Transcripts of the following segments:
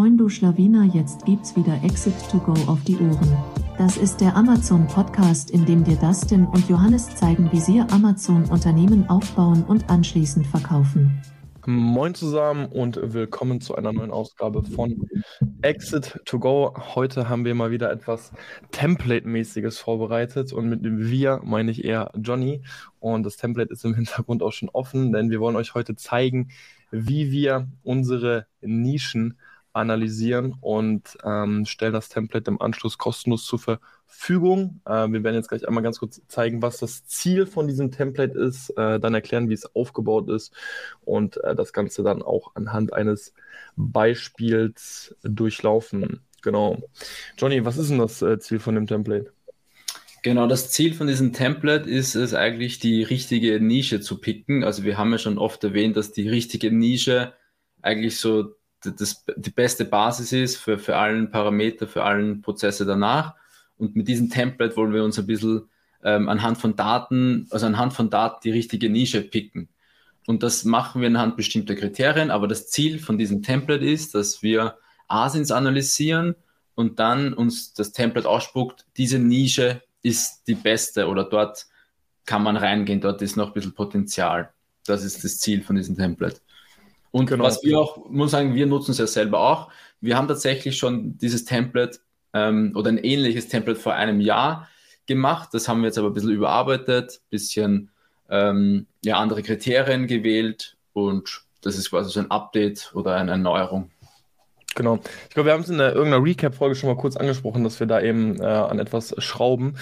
Moin du Schlawiner, jetzt gibt's wieder Exit to Go auf die Ohren. Das ist der Amazon-Podcast, in dem dir Dustin und Johannes zeigen, wie sie Amazon-Unternehmen aufbauen und anschließend verkaufen. Moin zusammen und willkommen zu einer neuen Ausgabe von Exit to Go. Heute haben wir mal wieder etwas Template-mäßiges vorbereitet und mit dem Wir meine ich eher Johnny. Und das Template ist im Hintergrund auch schon offen, denn wir wollen euch heute zeigen, wie wir unsere Nischen analysieren und stellen das Template im Anschluss kostenlos zur Verfügung. Wir werden jetzt gleich einmal ganz kurz zeigen, was das Ziel von diesem Template ist, dann erklären, wie es aufgebaut ist und das Ganze dann auch anhand eines Beispiels durchlaufen. Genau. Johnny, was ist denn das Ziel von dem Template? Genau, das Ziel von diesem Template ist es eigentlich, die richtige Nische zu picken. Also wir haben ja schon oft erwähnt, dass die richtige Nische eigentlich so die beste Basis ist für allen Parameter, für allen Prozesse danach. Und mit diesem Template wollen wir uns ein bisschen anhand von Daten die richtige Nische picken. Und das machen wir anhand bestimmter Kriterien, aber das Ziel von diesem Template ist, dass wir ASINs analysieren und dann uns das Template ausspuckt, diese Nische ist die beste oder dort kann man reingehen, dort ist noch ein bisschen Potenzial. Das ist das Ziel von diesem Template. Und genau. Was wir auch, muss sagen, wir nutzen es ja selber auch. Wir haben tatsächlich schon dieses Template oder ein ähnliches Template vor einem Jahr gemacht. Das haben wir jetzt aber ein bisschen überarbeitet, ein bisschen andere Kriterien gewählt und das ist quasi so ein Update oder eine Erneuerung. Genau. Ich glaube, wir haben es in irgendeiner Recap-Folge schon mal kurz angesprochen, dass wir da eben an etwas schrauben.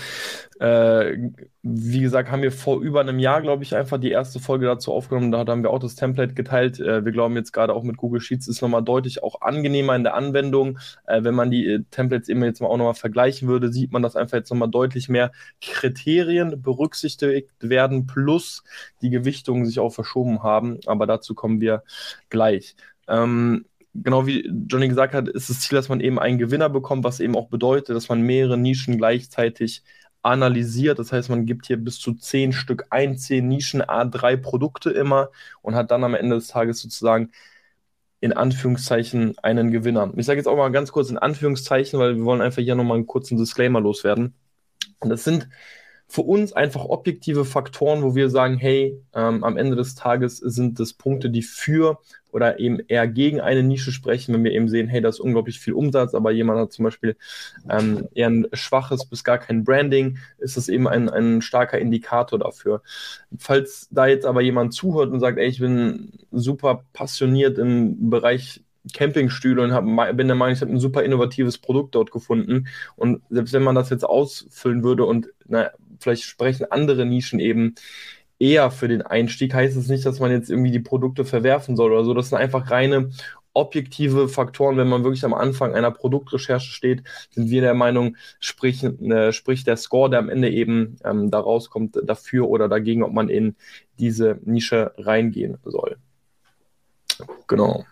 Wie gesagt, haben wir vor über einem Jahr, glaube ich, einfach die erste Folge dazu aufgenommen. Da haben wir auch das Template geteilt. Wir glauben jetzt gerade auch mit Google Sheets ist nochmal deutlich auch angenehmer in der Anwendung. Wenn man die Templates eben jetzt mal auch nochmal vergleichen würde, sieht man, dass einfach jetzt nochmal deutlich mehr Kriterien berücksichtigt werden, plus die Gewichtungen sich auch verschoben haben. Aber dazu kommen wir gleich. Genau wie Johnny gesagt hat, ist das Ziel, dass man eben einen Gewinner bekommt, was eben auch bedeutet, dass man mehrere Nischen gleichzeitig analysiert. Das heißt, man gibt hier bis zu 10 Stück ein, 10 Nischen, 3 Produkte immer und hat dann am Ende des Tages sozusagen in Anführungszeichen einen Gewinner. Ich sage jetzt auch mal ganz kurz in Anführungszeichen, weil wir wollen einfach hier nochmal einen kurzen Disclaimer loswerden. Und das sind für uns einfach objektive Faktoren, wo wir sagen, hey, am Ende des Tages sind das Punkte, die für oder eben eher gegen eine Nische sprechen, wenn wir eben sehen, hey, da ist unglaublich viel Umsatz, aber jemand hat zum Beispiel eher ein schwaches bis gar kein Branding, ist das eben ein starker Indikator dafür. Falls da jetzt aber jemand zuhört und sagt, ey, ich bin super passioniert im Bereich Campingstühle und bin der Meinung, ich habe ein super innovatives Produkt dort gefunden und selbst wenn man das jetzt ausfüllen würde und vielleicht sprechen andere Nischen eben eher für den Einstieg, heißt es nicht, dass man jetzt irgendwie die Produkte verwerfen soll oder so. Das sind einfach reine objektive Faktoren. Wenn man wirklich am Anfang einer Produktrecherche steht, sind wir der Meinung, sprich der Score, der am Ende eben da rauskommt, dafür oder dagegen, ob man in diese Nische reingehen soll. Genau.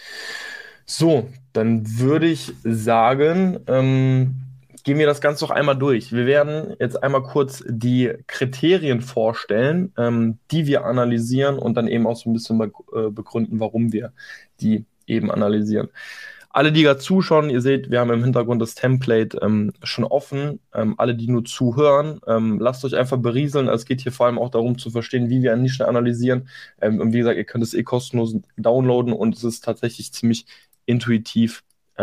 So, dann würde ich sagen, gehen wir das Ganze noch einmal durch. Wir werden jetzt einmal kurz die Kriterien vorstellen, die wir analysieren und dann eben auch so ein bisschen begründen, warum wir die eben analysieren. Alle, die gerade zuschauen, ihr seht, wir haben im Hintergrund das Template schon offen. Alle, die nur zuhören, lasst euch einfach berieseln. Es geht hier vor allem auch darum zu verstehen, wie wir Nischen analysieren. Und wie gesagt, ihr könnt es kostenlos downloaden und es ist tatsächlich ziemlich intuitiv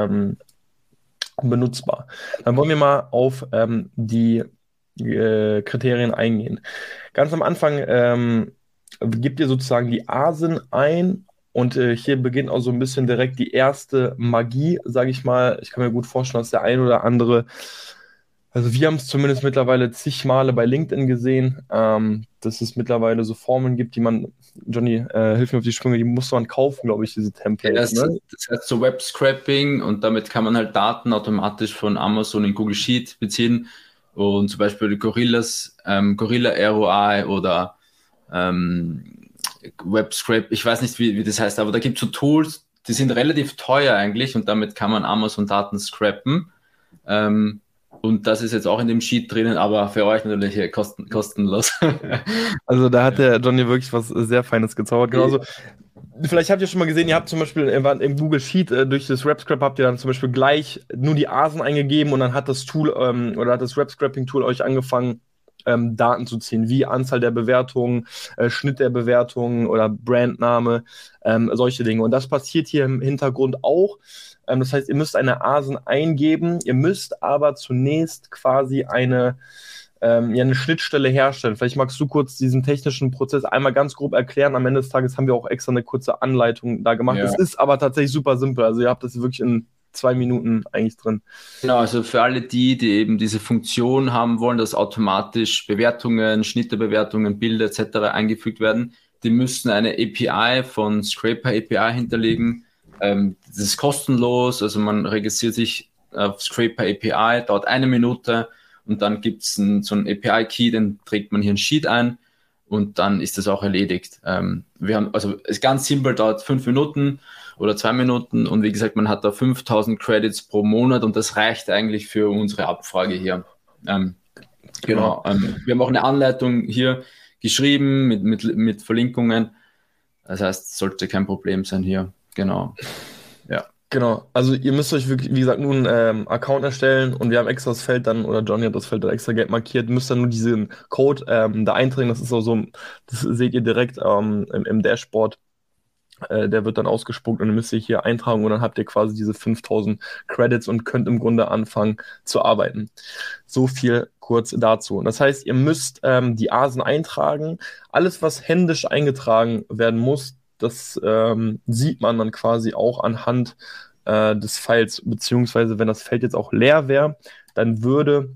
benutzbar. Dann wollen wir mal auf die Kriterien eingehen. Ganz am Anfang gebt ihr sozusagen die ASIN ein und hier beginnt auch so ein bisschen direkt die erste Magie, sage ich mal. Ich kann mir gut vorstellen, dass der ein oder andere, also wir haben es zumindest mittlerweile zig Male bei LinkedIn gesehen, dass es mittlerweile so Formeln gibt, die man, Johnny, hilf mir auf die Sprünge, die muss man kaufen, glaube ich, diese Templates. Ja, das heißt so Web-Scraping und damit kann man halt Daten automatisch von Amazon in Google Sheet beziehen und zum Beispiel Gorilla ROI oder Web-Scrape, ich weiß nicht, wie das heißt, aber da gibt es so Tools, die sind relativ teuer eigentlich und damit kann man Amazon-Daten scrapen. Und das ist jetzt auch in dem Sheet drinnen, aber für euch natürlich hier kostenlos. Also da hat der Johnny wirklich was sehr Feines gezaubert. Genauso Vielleicht habt ihr schon mal gesehen, ihr habt zum Beispiel im Google Sheet durch das RepScrap habt ihr dann zum Beispiel gleich nur die Asen eingegeben und dann hat das Tool oder hat das RepScrapping-Tool euch angefangen, Daten zu ziehen, wie Anzahl der Bewertungen, Schnitt der Bewertungen oder Brandname, solche Dinge. Und das passiert hier im Hintergrund auch. Das heißt, ihr müsst eine Asen eingeben, ihr müsst aber zunächst quasi eine Schnittstelle herstellen. Vielleicht magst du kurz diesen technischen Prozess einmal ganz grob erklären. Am Ende des Tages haben wir auch extra eine kurze Anleitung da gemacht. Es ist aber tatsächlich super simpel. Also ihr habt das wirklich in 2 Minuten eigentlich drin. Genau, also für alle die eben diese Funktion haben wollen, dass automatisch Bewertungen, Schnitterbewertungen, Bilder etc. eingefügt werden, die müssen eine API von Scraper API hinterlegen. Das ist kostenlos, also man registriert sich auf Scraper API, dauert 1 Minute und dann gibt es so einen API-Key, den trägt man hier ein Sheet ein und dann ist das auch erledigt. Wir haben, also es ist ganz simpel, dauert 5 Minuten oder 2 Minuten und wie gesagt, man hat da 5000 Credits pro Monat und das reicht eigentlich für unsere Abfrage hier. Genau. Wir haben auch eine Anleitung hier geschrieben mit Verlinkungen. Das heißt, es sollte kein Problem sein hier. Genau. Ja. Genau, also ihr müsst euch wirklich, wie gesagt, nur einen Account erstellen und wir haben extra das Feld dann, oder Johnny hat das Feld dann extra gelb markiert, müsst dann nur diesen Code da eintragen, das ist auch so, das seht ihr direkt im Dashboard, der wird dann ausgespuckt und dann müsst ihr hier eintragen und dann habt ihr quasi diese 5000 Credits und könnt im Grunde anfangen zu arbeiten. So viel kurz dazu. Das heißt, ihr müsst die Asen eintragen, alles was händisch eingetragen werden muss, das sieht man dann quasi auch anhand des Files, beziehungsweise wenn das Feld jetzt auch leer wäre, dann würde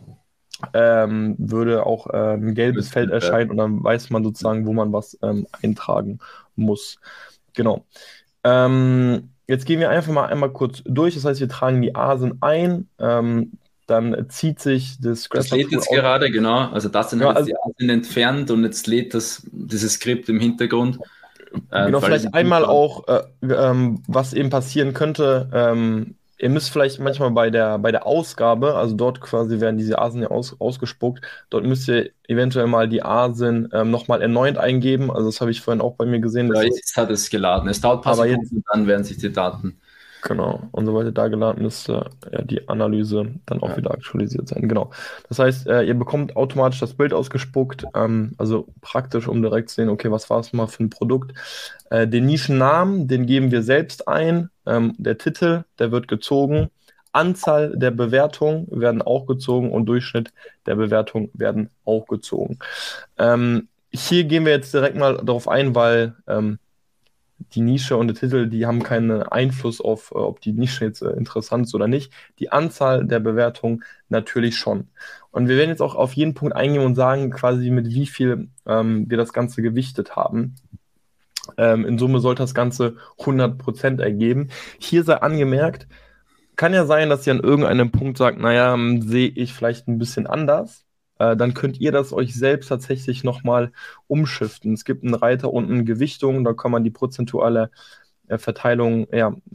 auch ein gelbes Feld erscheinen und dann weiß man sozusagen, wo man was eintragen muss. Genau. Jetzt gehen wir einfach mal einmal kurz durch. Das heißt, wir tragen die Asen ein. Dann zieht sich das Scrapper. Das lädt jetzt gerade, genau. Also das sind halt die Asen entfernt und jetzt lädt dieses Skript im Hintergrund. Genau, vielleicht einmal auch, was eben passieren könnte. Ihr müsst vielleicht manchmal bei der Ausgabe, also dort quasi werden diese Asen ja ausgespuckt, dort müsst ihr eventuell mal die Asen nochmal erneut eingeben. Also das habe ich vorhin auch bei mir gesehen. Ja, jetzt hat es geladen. Es dauert ein paar Sekunden und dann werden sich die Daten. Genau, und sobald da geladen ist, die Analyse dann auch wieder aktualisiert sein. Genau. Das heißt, ihr bekommt automatisch das Bild ausgespuckt, also praktisch, um direkt zu sehen, okay, was war es mal für ein Produkt. Den Nischennamen, den geben wir selbst ein. Der Titel, der wird gezogen. Anzahl der Bewertungen werden auch gezogen und Durchschnitt der Bewertungen werden auch gezogen. Hier gehen wir jetzt direkt mal darauf ein, weil die Nische und der Titel, die haben keinen Einfluss auf, ob die Nische jetzt interessant ist oder nicht. Die Anzahl der Bewertungen natürlich schon. Und wir werden jetzt auch auf jeden Punkt eingehen und sagen, quasi mit wie viel wir das Ganze gewichtet haben. In Summe sollte das Ganze 100% ergeben. Hier sei angemerkt, kann ja sein, dass ihr an irgendeinem Punkt sagt, naja, sehe ich vielleicht ein bisschen anders. Dann könnt ihr das euch selbst tatsächlich nochmal umschiften. Es gibt einen Reiter unten Gewichtung, da kann man die prozentuale Verteilung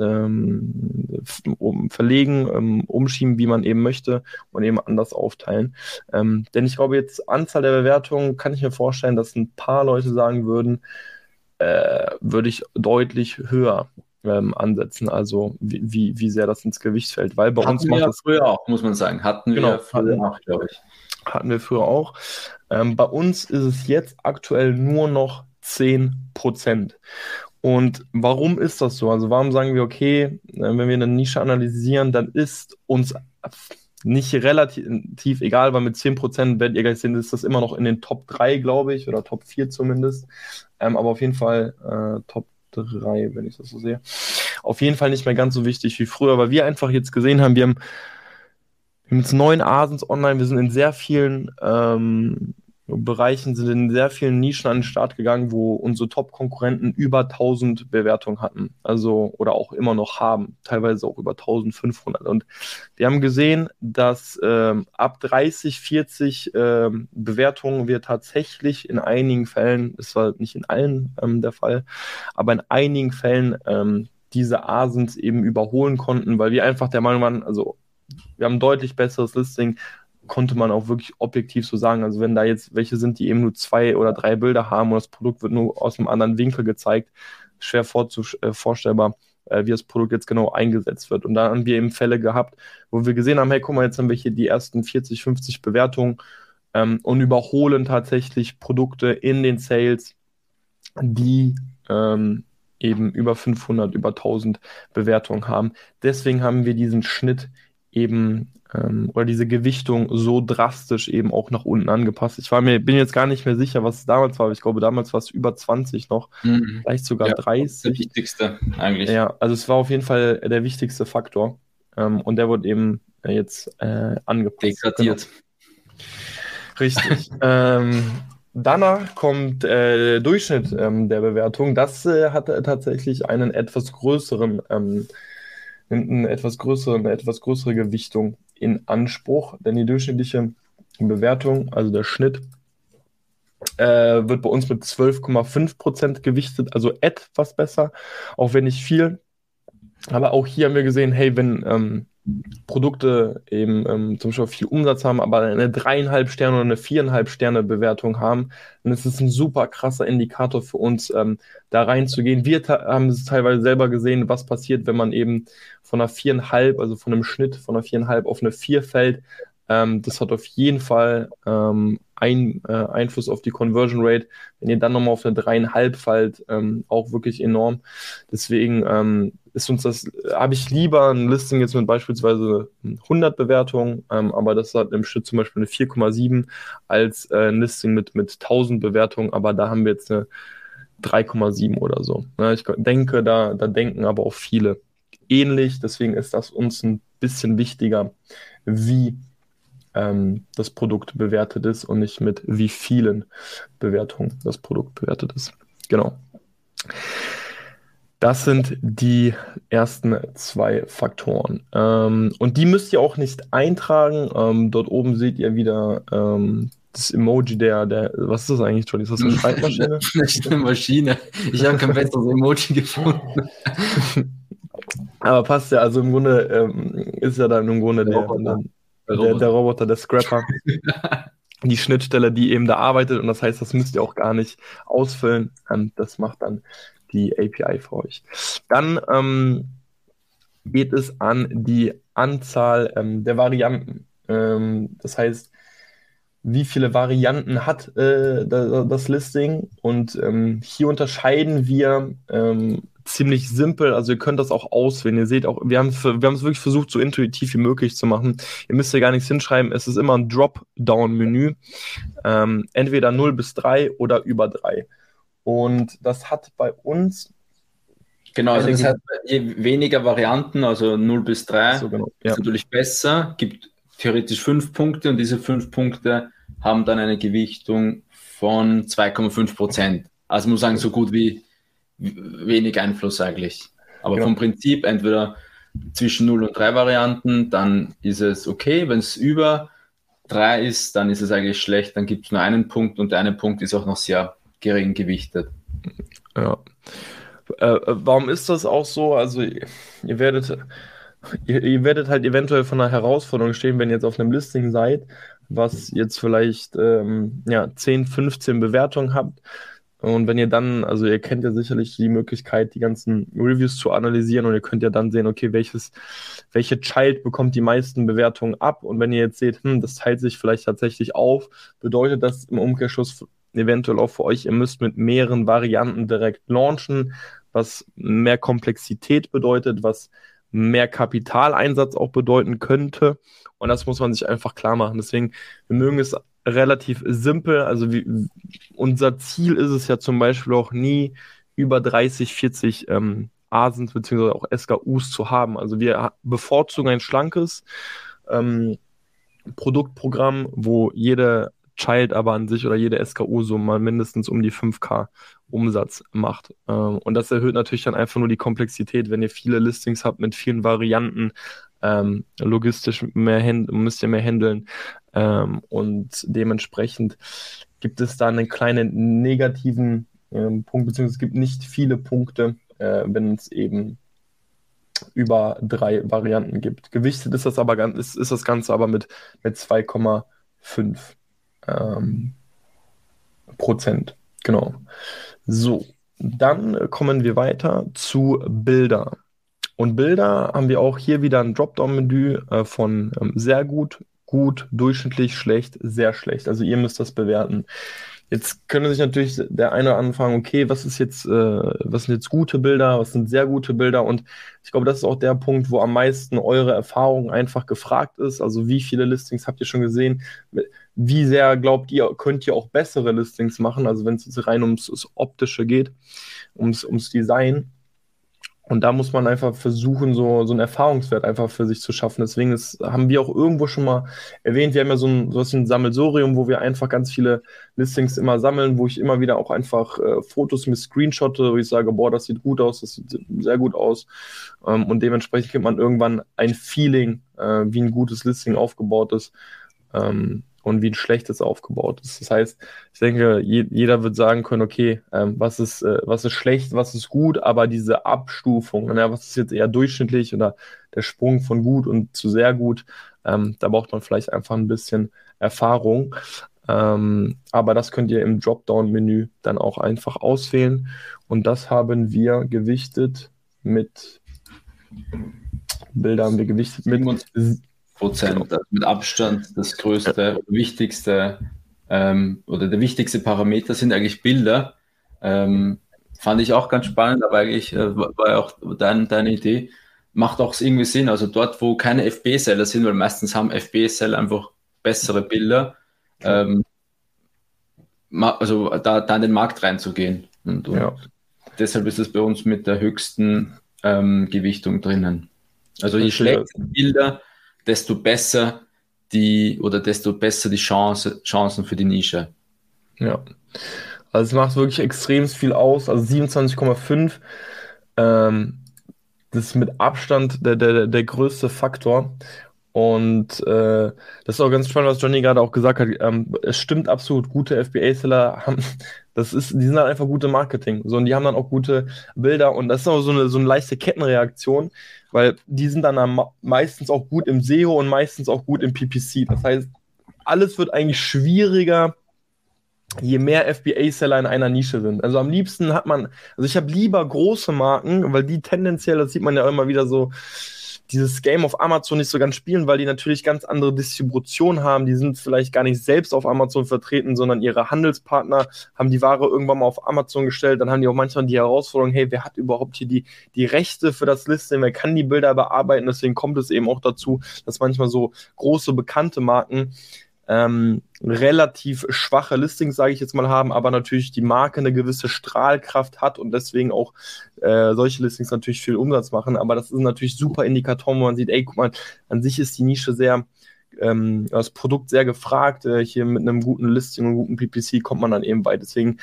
verlegen, umschieben, wie man eben möchte und eben anders aufteilen. Denn ich glaube, jetzt Anzahl der Bewertungen kann ich mir vorstellen, dass ein paar Leute sagen würden, würde ich deutlich höher ansetzen, also wie sehr das ins Gewicht fällt, weil bei uns macht das früher auch, muss man sagen, hatten wir früher auch, glaube ich. Hatten wir früher auch. Bei uns ist es jetzt aktuell nur noch 10%. Und warum ist das so? Also warum sagen wir, okay, wenn wir eine Nische analysieren, dann ist uns nicht relativ egal, weil mit 10% werdet ihr gleich sehen, ist das immer noch in den Top 3, glaube ich, oder Top 4 zumindest. Aber auf jeden Fall Top 3, wenn ich das so sehe. Auf jeden Fall nicht mehr ganz so wichtig wie früher, weil wir einfach jetzt gesehen haben, wir haben jetzt 9 Asens online, wir sind in sehr vielen Bereichen, sind in sehr vielen Nischen an den Start gegangen, wo unsere Top-Konkurrenten über 1000 Bewertungen hatten, also oder auch immer noch haben, teilweise auch über 1500. Und wir haben gesehen, dass ab 30, 40 Bewertungen wir tatsächlich in einigen Fällen, das war nicht in allen der Fall, aber in einigen Fällen diese Asens eben überholen konnten, weil wir einfach der Meinung waren, also wir haben ein deutlich besseres Listing, konnte man auch wirklich objektiv so sagen. Also wenn da jetzt welche sind, die eben nur 2 oder 3 Bilder haben und das Produkt wird nur aus einem anderen Winkel gezeigt, schwer vorstellbar, wie das Produkt jetzt genau eingesetzt wird. Und da haben wir eben Fälle gehabt, wo wir gesehen haben, hey, guck mal, jetzt haben wir hier die ersten 40, 50 Bewertungen und überholen tatsächlich Produkte in den Sales, die eben über 500, über 1000 Bewertungen haben. Deswegen haben wir diesen Schnitt eben oder diese Gewichtung so drastisch eben auch nach unten angepasst. Bin jetzt gar nicht mehr sicher, was es damals war, aber ich glaube, damals war es über 20 noch, vielleicht sogar 30. Das ist der wichtigste eigentlich. Ja, also es war auf jeden Fall der wichtigste Faktor und der wurde eben jetzt angepasst. Degradiert. Genau. Richtig. Danach kommt Durchschnitt der Bewertung. Das hat tatsächlich eine etwas größere Gewichtung in Anspruch, denn die durchschnittliche Bewertung, also der Schnitt, wird bei uns mit 12,5% gewichtet, also etwas besser, auch wenn nicht viel. Aber auch hier haben wir gesehen, hey, wenn Produkte eben zum Beispiel viel Umsatz haben, aber eine 3,5 Sterne oder eine 4,5 Sterne Bewertung haben, dann ist es ein super krasser Indikator für uns, da reinzugehen. Wir haben es teilweise selber gesehen, was passiert, wenn man eben von einer 4,5, also von einem Schnitt von einer 4,5 auf eine 4 fällt. Das hat auf jeden Fall Einfluss auf die Conversion Rate. Wenn ihr dann nochmal auf eine 3,5 fallt, auch wirklich enorm. Deswegen habe ich lieber ein Listing jetzt mit beispielsweise 100 Bewertungen, aber das hat im Schnitt zum Beispiel eine 4,7 als ein Listing mit 1000 Bewertungen, aber da haben wir jetzt eine 3,7 oder so. Ja, ich denke, da denken aber auch viele ähnlich, deswegen ist das uns ein bisschen wichtiger, wie das Produkt bewertet ist und nicht mit wie vielen Bewertungen das Produkt bewertet ist. Genau. Das sind die ersten 2 Faktoren. Und die müsst ihr auch nicht eintragen. Dort oben seht ihr wieder das Emoji was ist das eigentlich, Johnny? Ist das eine Schreibmaschine? Eine Maschine. Ich habe kein besseres Emoji gefunden. Aber passt ja, also im Grunde ist ja dann im Grunde der Roboter, der Scrapper. Die Schnittstelle, die eben da arbeitet, und das heißt, das müsst ihr auch gar nicht ausfüllen. Das macht dann die API für euch. Dann geht es an die Anzahl der Varianten. Das heißt, wie viele Varianten hat das Listing? Und hier unterscheiden wir ziemlich simpel, also ihr könnt das auch auswählen. Ihr seht auch, wir haben es wirklich versucht, so intuitiv wie möglich zu machen. Ihr müsst ja gar nichts hinschreiben, es ist immer ein Dropdown-Menü. Entweder 0 bis 3 oder über 3. Und das hat bei uns... Genau, also das heißt, je weniger Varianten, also 0 bis 3, so, genau, ist natürlich besser, gibt theoretisch 5 Punkte und diese 5 Punkte haben dann eine Gewichtung von 2,5%. Also muss sagen, so gut wie wenig Einfluss eigentlich. Aber genau. Vom Prinzip entweder zwischen 0 und 3 Varianten, dann ist es okay. Wenn es über 3 ist, dann ist es eigentlich schlecht. Dann gibt es nur einen Punkt und der eine Punkt ist auch noch sehr gering gewichtet. Ja. Warum ist das auch so? Also ihr werdet halt eventuell von einer Herausforderung stehen, wenn ihr jetzt auf einem Listing seid, was jetzt vielleicht 10, 15 Bewertungen habt. Und wenn ihr dann, also ihr kennt ja sicherlich die Möglichkeit, die ganzen Reviews zu analysieren, und ihr könnt ja dann sehen, okay, welche Child bekommt die meisten Bewertungen ab. Und wenn ihr jetzt seht, das teilt sich vielleicht tatsächlich auf, bedeutet das im Umkehrschluss eventuell auch für euch, ihr müsst mit mehreren Varianten direkt launchen, was mehr Komplexität bedeutet, was mehr Kapitaleinsatz auch bedeuten könnte. Und das muss man sich einfach klar machen. Deswegen, wir mögen es relativ simpel. Also unser Ziel ist es ja zum Beispiel auch nie über 30, 40 ASINs bzw. auch SKUs zu haben. Also wir bevorzugen ein schlankes Produktprogramm, wo jede Child aber an sich oder jede SKU so mal mindestens um die 5K Umsatz macht. Und das erhöht natürlich dann einfach nur die Komplexität, wenn ihr viele Listings habt mit vielen Varianten, logistisch müsst ihr mehr handeln, und dementsprechend gibt es da einen kleinen negativen Punkt, beziehungsweise es gibt nicht viele Punkte, wenn es eben über 3 Varianten gibt. Gewichtet ist das Ganze aber mit 2,5 Prozent. Genau. So, Dann kommen wir weiter zu Bilder. Und Bilder haben wir auch hier wieder ein Dropdown-Menü von sehr gut, gut, durchschnittlich, schlecht, sehr schlecht. Also ihr müsst das bewerten. Jetzt könnte sich natürlich der eine oder andere fragen, okay, was sind jetzt gute Bilder, was sind sehr gute Bilder? Und ich glaube, das ist auch der Punkt, wo am meisten eure Erfahrung einfach gefragt ist. Also wie viele Listings habt ihr schon gesehen? Wie sehr glaubt ihr, könnt ihr auch bessere Listings machen? Also wenn es jetzt rein ums Optische geht, ums Design. Und da muss man einfach versuchen, so einen Erfahrungswert einfach für sich zu schaffen. Deswegen haben wir auch irgendwo schon mal erwähnt, wir haben ja sowas wie ein Sammelsurium, wo wir einfach ganz viele Listings immer sammeln, wo ich immer wieder auch einfach Fotos mit screenshotte, wo ich sage, boah, das sieht gut aus, das sieht sehr gut aus. Und dementsprechend kriegt man irgendwann ein Feeling, wie ein gutes Listing aufgebaut ist. Und wie ein schlechtes aufgebaut ist. Das heißt, ich denke, jeder wird sagen können, okay, was ist schlecht, was ist gut, aber diese Abstufung, was ist jetzt eher durchschnittlich oder der Sprung von gut und zu sehr gut, da braucht man vielleicht einfach ein bisschen Erfahrung. Aber das könnt ihr im Dropdown-Menü dann auch einfach auswählen. Und das haben wir gewichtet mit Bilder haben wir gewichtet mit 27%, also mit Abstand das größte, wichtigste oder der wichtigste Parameter sind eigentlich Bilder. Fand ich auch ganz spannend, aber eigentlich war ja auch deine Idee. Macht auch irgendwie Sinn, also dort, wo keine FBA-Seller sind, weil meistens haben FBA-Seller einfach bessere Bilder, also da in den Markt reinzugehen. Und deshalb ist es bei uns mit der höchsten Gewichtung drinnen. Also je schlechter Bilder, desto besser desto besser die Chancen für die Nische. Ja, also es macht wirklich extrem viel aus. Also 27,5, das ist mit Abstand der größte Faktor. Und das ist auch ganz spannend, was Johnny gerade auch gesagt hat. Es stimmt absolut, gute FBA-Seller haben, die sind dann einfach gute Marketing. So, und die haben dann auch gute Bilder. Und das ist auch so eine leichte Kettenreaktion, weil die sind dann meistens auch gut im SEO und meistens auch gut im PPC. Das heißt, alles wird eigentlich schwieriger, je mehr FBA-Seller in einer Nische sind. Also am liebsten ich habe lieber große Marken, weil die tendenziell, das sieht man ja immer wieder so, dieses Game auf Amazon nicht so ganz spielen, weil die natürlich ganz andere Distribution haben. Die sind vielleicht gar nicht selbst auf Amazon vertreten, sondern ihre Handelspartner haben die Ware irgendwann mal auf Amazon gestellt. Dann haben die auch manchmal die Herausforderung, hey, wer hat überhaupt hier die Rechte für das Listing? Wer kann die Bilder bearbeiten? Deswegen kommt es eben auch dazu, dass manchmal so große, bekannte Marken relativ schwache Listings, sage ich jetzt mal, haben, aber natürlich die Marke eine gewisse Strahlkraft hat und deswegen auch solche Listings natürlich viel Umsatz machen. Aber das ist natürlich super Indikatoren, wo man sieht, ey, guck mal, an sich ist die Nische das Produkt sehr gefragt. Hier mit einem guten Listing und guten PPC kommt man dann eben weit. Deswegen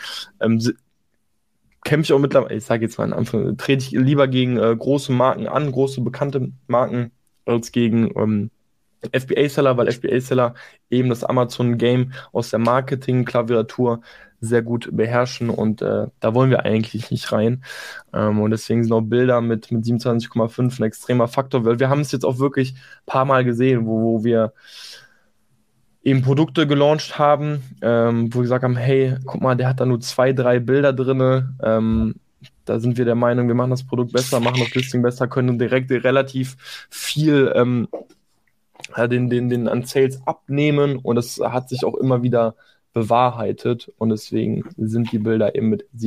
kämpfe ich auch mittlerweile, ich sage jetzt mal in Anführungszeichen, trete ich lieber gegen große Marken an, große bekannte Marken, als gegen FBA-Seller, weil FBA-Seller eben das Amazon-Game aus der Marketing-Klaviatur sehr gut beherrschen und da wollen wir eigentlich nicht rein. Und deswegen sind auch Bilder mit 27,5 ein extremer Faktor, weil wir haben es jetzt auch wirklich ein paar Mal gesehen, wo wir eben Produkte gelauncht haben, wo wir gesagt haben, hey, guck mal, der hat da nur 2, 3 Bilder drin. Da sind wir der Meinung, wir machen das Produkt besser, machen das Listing besser, können direkt relativ viel den an Sales abnehmen und das hat sich auch immer wieder bewahrheitet und deswegen sind die Bilder eben mit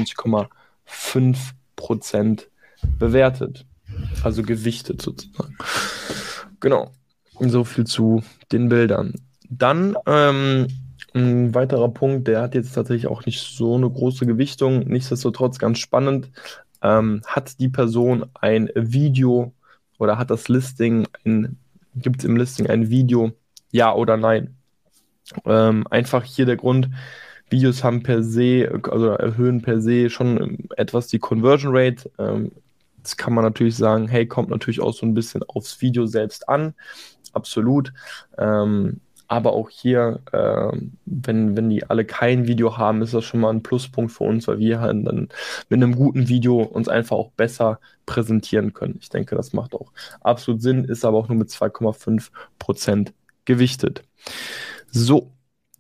27,5% bewertet, also gewichtet sozusagen. Genau, so viel zu den Bildern. Dann ein weiterer Punkt, der hat jetzt tatsächlich auch nicht so eine große Gewichtung, nichtsdestotrotz ganz spannend, hat die Person ein Video oder hat das Listing gibt es im Listing ein Video, ja oder nein? Einfach hier der Grund, Videos haben per se, also erhöhen per se schon etwas die Conversion Rate. Das kann man natürlich sagen, hey, kommt natürlich auch so ein bisschen aufs Video selbst an, absolut. Aber auch hier, wenn die alle kein Video haben, ist das schon mal ein Pluspunkt für uns, weil wir halt dann mit einem guten Video uns einfach auch besser präsentieren können. Ich denke, das macht auch absolut Sinn, ist aber auch nur mit 2,5% gewichtet. So,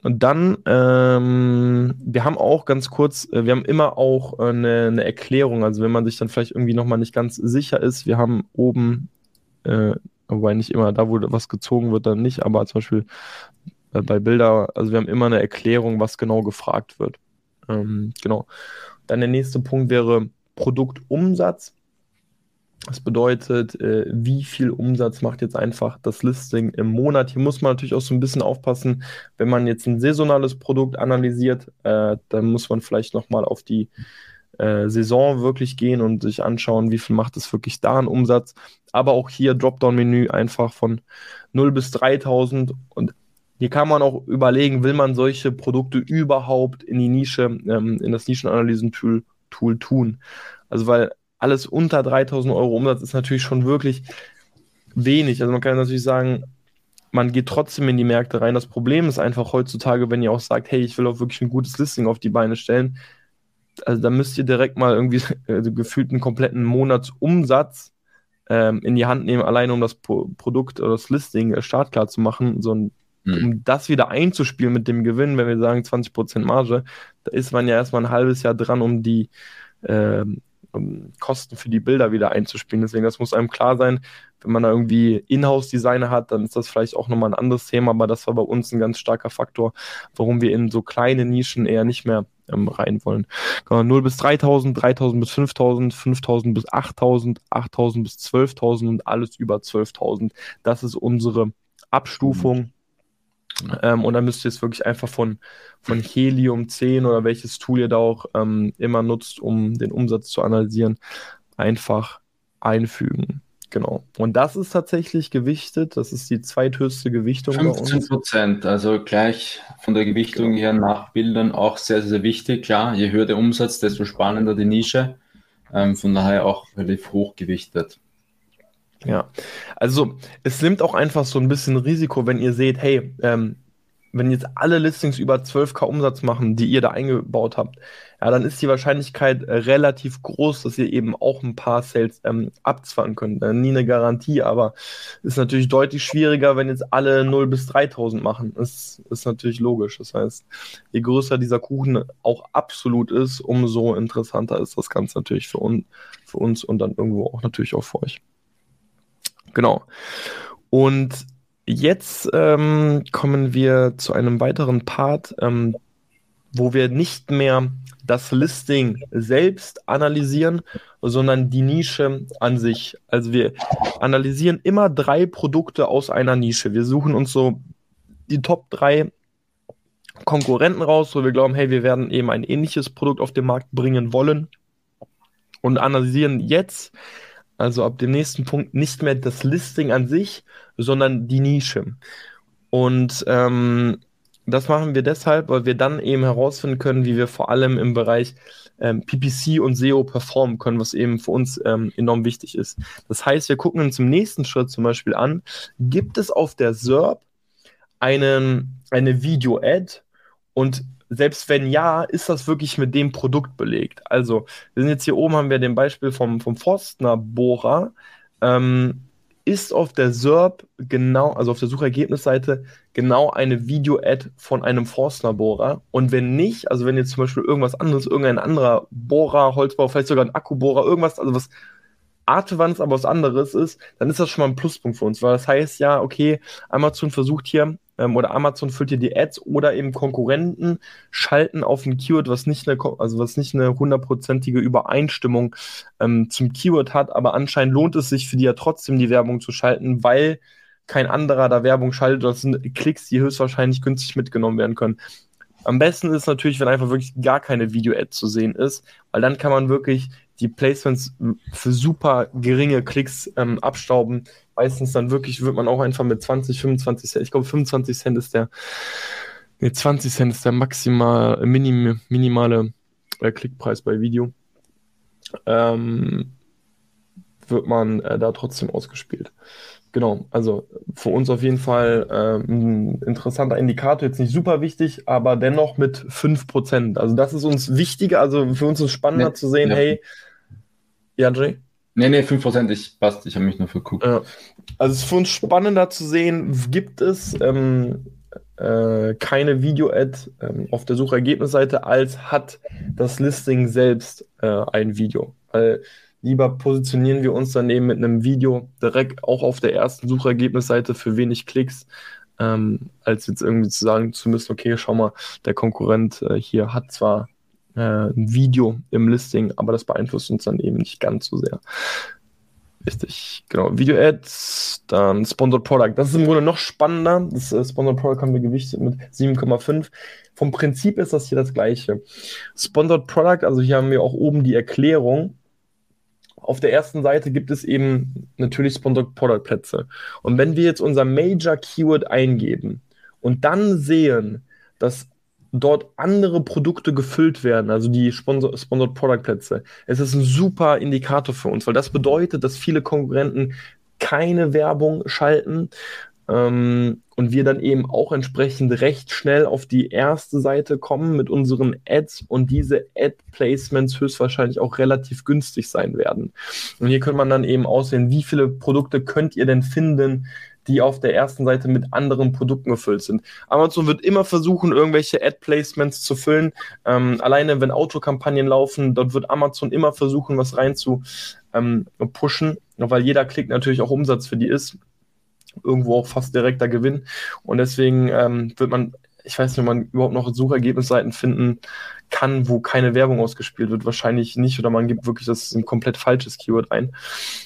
Und dann, wir haben auch ganz kurz, wir haben immer auch eine Erklärung, also wenn man sich dann vielleicht irgendwie nochmal nicht ganz sicher ist, wir haben oben, wobei nicht immer, da wo was gezogen wird, dann nicht, aber zum Beispiel bei Bilder, also wir haben immer eine Erklärung, was genau gefragt wird. Genau. Dann der nächste Punkt wäre Produktumsatz. Das bedeutet, wie viel Umsatz macht jetzt einfach das Listing im Monat? Hier muss man natürlich auch so ein bisschen aufpassen, wenn man jetzt ein saisonales Produkt analysiert, dann muss man vielleicht nochmal auf die Saison wirklich gehen und sich anschauen, wie viel macht es wirklich da an Umsatz. Aber auch hier Dropdown-Menü einfach von 0 bis 3.000 und hier kann man auch überlegen, will man solche Produkte überhaupt in die Nische, in das Nischenanalysen-Tool tun? Also weil alles unter 3.000 Euro Umsatz ist natürlich schon wirklich wenig. Also man kann natürlich sagen, man geht trotzdem in die Märkte rein. Das Problem ist einfach heutzutage, wenn ihr auch sagt, hey, ich will auch wirklich ein gutes Listing auf die Beine stellen, also da müsst ihr direkt mal irgendwie gefühlt einen kompletten Monatsumsatz in die Hand nehmen, allein um das Produkt oder das Listing startklar zu machen, um das wieder einzuspielen mit dem Gewinn, wenn wir sagen 20% Marge, da ist man ja erstmal ein halbes Jahr dran, um die Kosten für die Bilder wieder einzuspielen. Deswegen, das muss einem klar sein. Wenn man da irgendwie Inhouse-Designer hat, dann ist das vielleicht auch nochmal ein anderes Thema, aber das war bei uns ein ganz starker Faktor, warum wir in so kleine Nischen eher nicht mehr rein wollen. 0 bis 3.000, 3.000 bis 5.000, 5.000 bis 8.000, 8.000 bis 12.000 und alles über 12.000. Das ist unsere Abstufung. Und dann müsst ihr es wirklich einfach von Helium 10 oder welches Tool ihr da auch immer nutzt, um den Umsatz zu analysieren, einfach einfügen. Genau. Und das ist tatsächlich gewichtet. Das ist die zweithöchste Gewichtung bei uns. 15%, also gleich von der Gewichtung her nach Bildern auch sehr, sehr wichtig. Klar, je höher der Umsatz, desto spannender die Nische. Von daher auch relativ hoch gewichtet. Ja, also es nimmt auch einfach so ein bisschen Risiko, wenn ihr seht, hey, wenn jetzt alle Listings über 12.000 Umsatz machen, die ihr da eingebaut habt, ja, dann ist die Wahrscheinlichkeit relativ groß, dass ihr eben auch ein paar Sales abzwacken könnt. Nie eine Garantie, aber ist natürlich deutlich schwieriger, wenn jetzt alle 0 bis 3.000 machen. Das ist natürlich logisch. Das heißt, je größer dieser Kuchen auch absolut ist, umso interessanter ist das Ganze natürlich für uns und dann irgendwo auch natürlich auch für euch. Genau. Und jetzt kommen wir zu einem weiteren Part, wo wir nicht mehr das Listing selbst analysieren, sondern die Nische an sich. Also wir analysieren immer 3 Produkte aus einer Nische. Wir suchen uns so die Top 3 Konkurrenten raus, wo wir glauben, hey, wir werden eben ein ähnliches Produkt auf den Markt bringen wollen und analysieren jetzt, also ab dem nächsten Punkt, nicht mehr das Listing an sich, sondern die Nische. Und das machen wir deshalb, weil wir dann eben herausfinden können, wie wir vor allem im Bereich PPC und SEO performen können, was eben für uns enorm wichtig ist. Das heißt, wir gucken uns im nächsten Schritt zum Beispiel an, gibt es auf der SERP eine Video-Ad und selbst wenn ja, ist das wirklich mit dem Produkt belegt? Also, wir sind jetzt hier oben, haben wir den Beispiel vom Forstner Bohrer. Ist auf der SERP genau, also auf der Suchergebnisseite, genau eine Video-Ad von einem Forstner Bohrer? Und wenn nicht, also wenn jetzt zum Beispiel irgendwas anderes, irgendein anderer Bohrer, Holzbauer, vielleicht sogar ein Akkubohrer, irgendwas, also was artverwandt, aber was anderes ist, dann ist das schon mal ein Pluspunkt für uns, weil das heißt ja, okay, Amazon versucht hier, oder Amazon füllt hier die Ads oder eben Konkurrenten schalten auf ein Keyword, was nicht eine 100%ige Übereinstimmung zum Keyword hat, aber anscheinend lohnt es sich für die ja trotzdem die Werbung zu schalten, weil kein anderer da Werbung schaltet. Das sind Klicks, die höchstwahrscheinlich günstig mitgenommen werden können. Am besten ist natürlich, wenn einfach wirklich gar keine Video-Ad zu sehen ist, weil dann kann man wirklich die Placements für super geringe Klicks abstauben. Meistens dann wirklich wird man auch einfach mit 20, 25 Cent, ich glaube 25 Cent ist 20 Cent ist der minimale Klickpreis bei Video. Wird man da trotzdem ausgespielt. Genau, also für uns auf jeden Fall ein interessanter Indikator, jetzt nicht super wichtig, aber dennoch mit 5%. Also das ist uns wichtiger, also für uns ist es spannender zu sehen, hey, ja, Jay? Nee, 5%, passt, ich habe mich nur verguckt. Ja. Also es ist für uns spannender zu sehen, gibt es keine Video-Ad auf der Suchergebnisseite, als hat das Listing selbst ein Video. Lieber positionieren wir uns dann eben mit einem Video direkt auch auf der ersten Suchergebnisseite für wenig Klicks, als jetzt irgendwie zu sagen zu müssen, okay, schau mal, der Konkurrent hier hat zwar ein Video im Listing, aber das beeinflusst uns dann eben nicht ganz so sehr. Richtig, genau. Video-Ads, dann Sponsored Product. Das ist im Grunde noch spannender. Das Sponsored Product haben wir gewichtet mit 7,5. Vom Prinzip ist das hier das gleiche. Sponsored Product, also hier haben wir auch oben die Erklärung. Auf der ersten Seite gibt es eben natürlich Sponsored Product Plätze. Und wenn wir jetzt unser Major Keyword eingeben und dann sehen, dass dort andere Produkte gefüllt werden, also die Sponsored Product Plätze, es ist ein super Indikator für uns, weil das bedeutet, dass viele Konkurrenten keine Werbung schalten, und wir dann eben auch entsprechend recht schnell auf die erste Seite kommen mit unseren Ads und diese Ad-Placements höchstwahrscheinlich auch relativ günstig sein werden. Und hier könnte man dann eben auswählen, wie viele Produkte könnt ihr denn finden, die auf der ersten Seite mit anderen Produkten gefüllt sind. Amazon wird immer versuchen, irgendwelche Ad-Placements zu füllen. Alleine, wenn Autokampagnen laufen, dort wird Amazon immer versuchen, was rein zu pushen, weil jeder Klick natürlich auch Umsatz für die ist. Irgendwo auch fast direkter Gewinn. Und deswegen wird man, ich weiß nicht, ob man überhaupt noch Suchergebnisseiten finden kann, wo keine Werbung ausgespielt wird. Wahrscheinlich nicht. Oder man gibt wirklich das ein komplett falsches Keyword ein.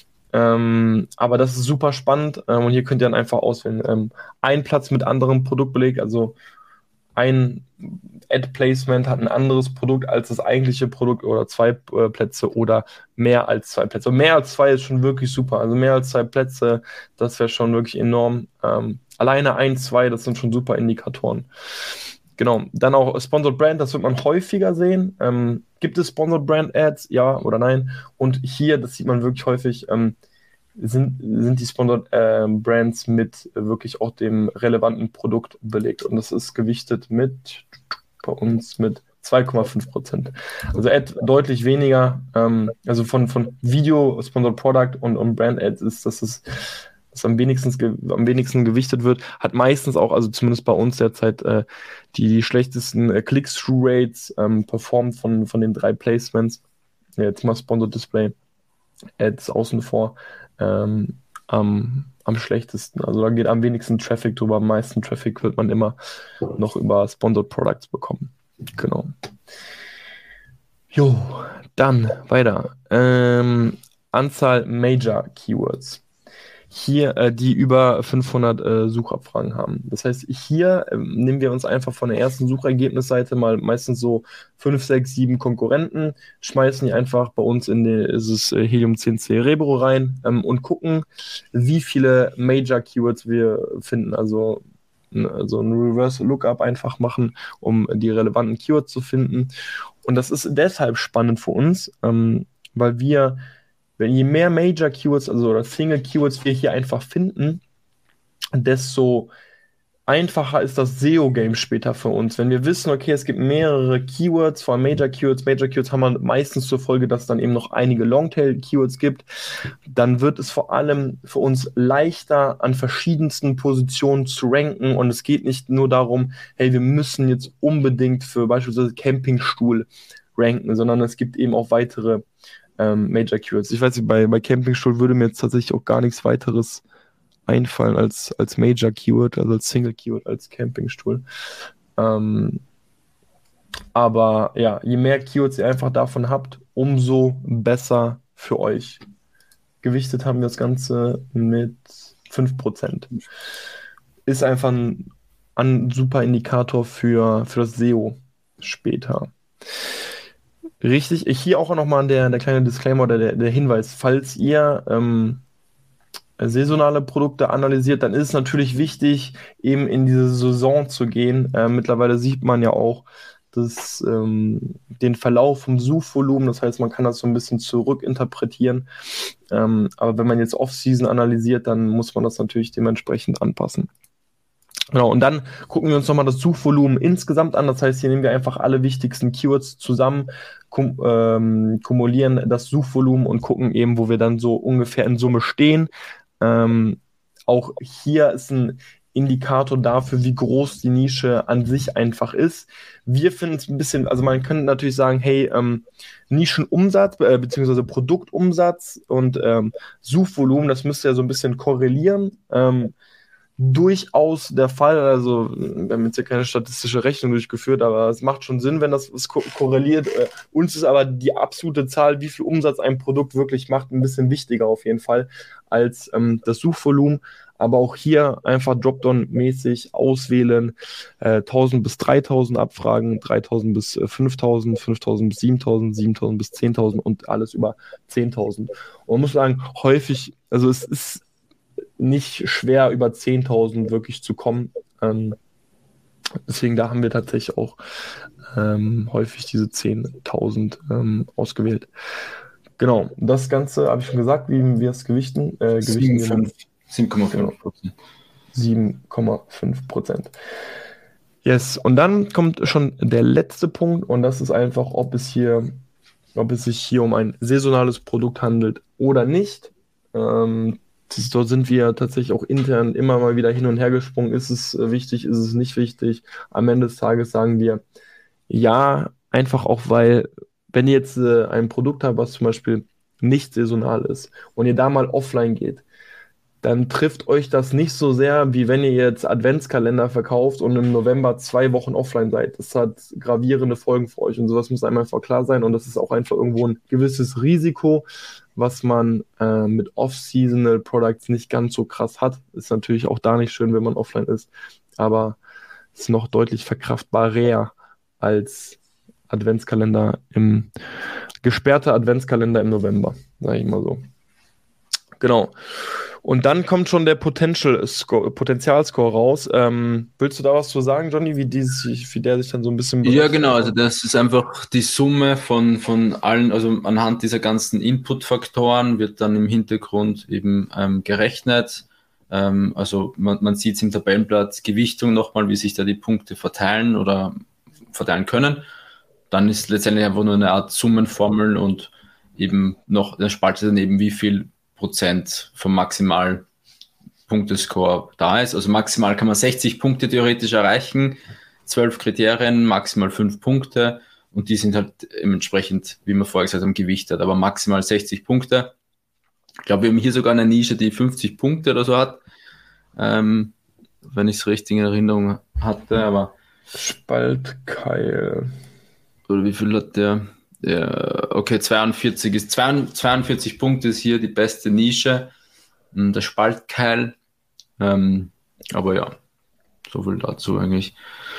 Aber das ist super spannend. Und hier könnt ihr dann einfach auswählen. Ein Platz mit anderem Produktbeleg, also ein Ad-Placement hat ein anderes Produkt als das eigentliche Produkt oder 2 Plätze oder mehr als 2 Plätze. Und mehr als 2 ist schon wirklich super. Also mehr als 2 Plätze, das wäre schon wirklich enorm. Alleine 1, 2, das sind schon super Indikatoren. Genau, dann auch Sponsored Brand, das wird man häufiger sehen. Gibt es Sponsored Brand Ads? Ja oder nein? Und hier, das sieht man wirklich häufig, sind die Sponsored Brands mit wirklich auch dem relevanten Produkt belegt. Und das ist gewichtet bei uns mit 2,5%. Also Ad deutlich weniger. Also von Video, Sponsored Product und Brand Ads ist das am wenigsten gewichtet wird, hat meistens auch, also zumindest bei uns derzeit, die schlechtesten Click-Through-Rates performt von den 3 Placements. Ja, jetzt mal Sponsored Display Ads außen vor. Am schlechtesten. Also da geht am wenigsten Traffic drüber. Am meisten Traffic wird man immer noch über Sponsored Products bekommen. Genau. Jo, dann weiter. Anzahl Major Keywords. Hier, die über 500 Suchabfragen haben. Das heißt, hier nehmen wir uns einfach von der ersten Suchergebnisseite mal meistens so 5, 6, 7 Konkurrenten, schmeißen die einfach bei uns in dieses Helium 10 Cerebro rein und gucken, wie viele Major Keywords wir finden. Also ein Reverse Lookup einfach machen, um die relevanten Keywords zu finden. Und das ist deshalb spannend für uns, weil je mehr Major Keywords, also oder Single Keywords wir hier einfach finden, desto einfacher ist das SEO-Game später für uns. Wenn wir wissen, okay, es gibt mehrere Keywords, vor allem Major Keywords haben wir meistens zur Folge, dass es dann eben noch einige Longtail-Keywords gibt, dann wird es vor allem für uns leichter, an verschiedensten Positionen zu ranken und es geht nicht nur darum, hey, wir müssen jetzt unbedingt für beispielsweise Campingstuhl ranken, sondern es gibt eben auch weitere Major Keywords. Ich weiß nicht, bei Campingstuhl würde mir jetzt tatsächlich auch gar nichts weiteres einfallen als Major Keyword, also als Single Keyword, als Campingstuhl. Aber ja, je mehr Keywords ihr einfach davon habt, umso besser für euch. Gewichtet haben wir das Ganze mit 5%. Ist einfach ein super Indikator für das SEO später. Richtig, hier auch nochmal der kleine Disclaimer oder der Hinweis, falls ihr saisonale Produkte analysiert, dann ist es natürlich wichtig, eben in diese Saison zu gehen. Mittlerweile sieht man ja auch den Verlauf vom Suchvolumen, das heißt, man kann das so ein bisschen zurückinterpretieren. Aber wenn man jetzt Off-Season analysiert, dann muss man das natürlich dementsprechend anpassen. Genau, und dann gucken wir uns nochmal das Suchvolumen insgesamt an. Das heißt, hier nehmen wir einfach alle wichtigsten Keywords zusammen, kumulieren das Suchvolumen und gucken eben, wo wir dann so ungefähr in Summe stehen. Auch hier ist ein Indikator dafür, wie groß die Nische an sich einfach ist. Wir finden es ein bisschen, also man könnte natürlich sagen, hey, Nischenumsatz beziehungsweise Produktumsatz und Suchvolumen, das müsste ja so ein bisschen korrelieren. Durchaus der Fall, also wir haben jetzt ja keine statistische Rechnung durchgeführt, aber es macht schon Sinn, wenn das korreliert. Uns ist aber die absolute Zahl, wie viel Umsatz ein Produkt wirklich macht, ein bisschen wichtiger auf jeden Fall als das Suchvolumen. Aber auch hier einfach Dropdown-mäßig auswählen, 1000 bis 3000 Abfragen, 3000 bis 5000, 5000 bis 7000, 7000 bis 10.000 und alles über 10.000. Und man muss sagen, häufig, also es ist nicht schwer, über 10.000 wirklich zu kommen. Deswegen, da haben wir tatsächlich auch häufig diese 10.000 ausgewählt. Genau, das Ganze habe ich schon gesagt, wie wir es gewichten. 7,5%. 7,5%. Yes, und dann kommt schon der letzte Punkt und das ist einfach, ob es sich hier um ein saisonales Produkt handelt oder nicht. Dort sind wir tatsächlich auch intern immer mal wieder hin und her gesprungen. Ist es wichtig, ist es nicht wichtig? Am Ende des Tages sagen wir ja, einfach auch, weil, wenn ihr jetzt ein Produkt habt, was zum Beispiel nicht saisonal ist und ihr da mal offline geht, dann trifft euch das nicht so sehr, wie wenn ihr jetzt Adventskalender verkauft und im November 2 Wochen offline seid. Das hat gravierende Folgen für euch und sowas muss einem einfach klar sein und das ist auch einfach irgendwo ein gewisses Risiko, was man mit Off-Seasonal Products nicht ganz so krass hat. Ist natürlich auch da nicht schön, wenn man offline ist, aber ist noch deutlich verkraftbarer als gesperrter Adventskalender im November, sage ich mal so. Genau. Und dann kommt schon der Potenzialscore raus. Willst du da was zu sagen, Johnny, wie der sich dann so ein bisschen berechnet? Ja, genau, also das ist einfach die Summe von allen, also anhand dieser ganzen Input-Faktoren wird dann im Hintergrund eben gerechnet. Also man sieht es im Tabellenblatt, Gewichtung nochmal, wie sich da die Punkte verteilen oder verteilen können. Dann ist letztendlich einfach nur eine Art Summenformel und eben noch eine Spalte daneben, wie viel Prozent vom Maximal-Punktescore da ist. Also maximal kann man 60 Punkte theoretisch erreichen, 12 Kriterien, maximal 5 Punkte und die sind halt entsprechend, wie wir vorher gesagt haben, gewichtet, aber maximal 60 Punkte. Ich glaube, wir haben hier sogar eine Nische, die 50 Punkte oder so hat, wenn ich es richtig in Erinnerung hatte, aber Spaltkeil. Oder wie viel hat der? Ja, okay, 42 Punkte ist hier die beste Nische. Der Spaltkeil. Aber ja, so viel dazu eigentlich.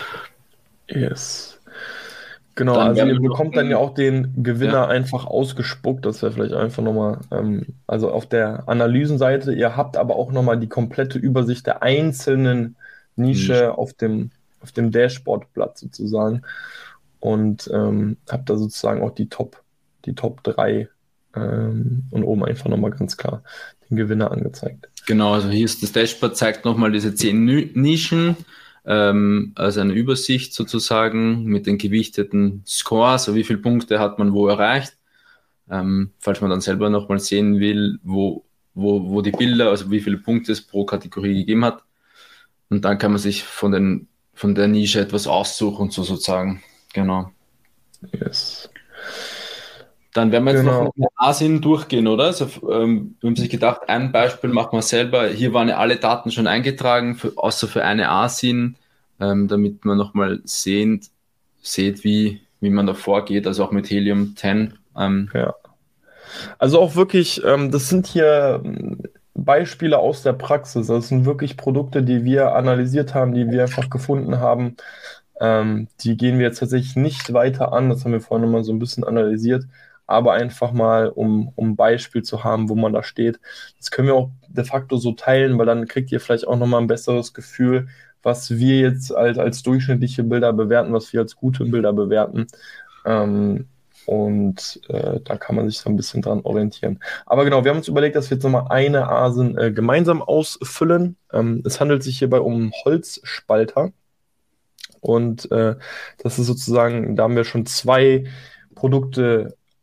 Yes. Genau, Dann also werden ihr wir bekommt dann ja auch den Gewinner einfach ausgespuckt. Das wäre vielleicht einfach nochmal, also auf der Analysenseite. Ihr habt aber auch nochmal die komplette Übersicht der einzelnen Nische auf dem Dashboard-Blatt sozusagen. Und habt da sozusagen auch die Top 3 und oben einfach nochmal ganz klar den Gewinner angezeigt. Genau, also hier ist das Dashboard, zeigt nochmal diese 10 Nischen, also eine Übersicht sozusagen mit den gewichteten Scores, also wie viele Punkte hat man wo erreicht, falls man dann selber nochmal sehen will, wo die Bilder, also wie viele Punkte es pro Kategorie gegeben hat. Und dann kann man sich von der Nische etwas aussuchen, sozusagen. Genau. Yes. Dann werden wir jetzt noch mit Asien durchgehen, oder? Also, wir haben sich gedacht, ein Beispiel machen wir selber. Hier waren ja alle Daten schon eingetragen, außer für eine Asien, damit man nochmal seht, wie man da vorgeht, also auch mit Helium 10. Ja. Also auch wirklich, das sind hier Beispiele aus der Praxis. Das sind wirklich Produkte, die wir analysiert haben, die wir einfach gefunden haben. Die gehen wir jetzt tatsächlich nicht weiter an, das haben wir vorhin nochmal so ein bisschen analysiert, aber einfach mal, um ein Beispiel zu haben, wo man da steht. Das können wir auch de facto so teilen, weil dann kriegt ihr vielleicht auch nochmal ein besseres Gefühl, was wir jetzt als durchschnittliche Bilder bewerten, was wir als gute Bilder bewerten. Da kann man sich so ein bisschen dran orientieren. Aber genau, wir haben uns überlegt, dass wir jetzt nochmal eine Asen gemeinsam ausfüllen. Es handelt sich hierbei um einen Holzspalter. Und das ist sozusagen, da haben wir schon 2 Produkte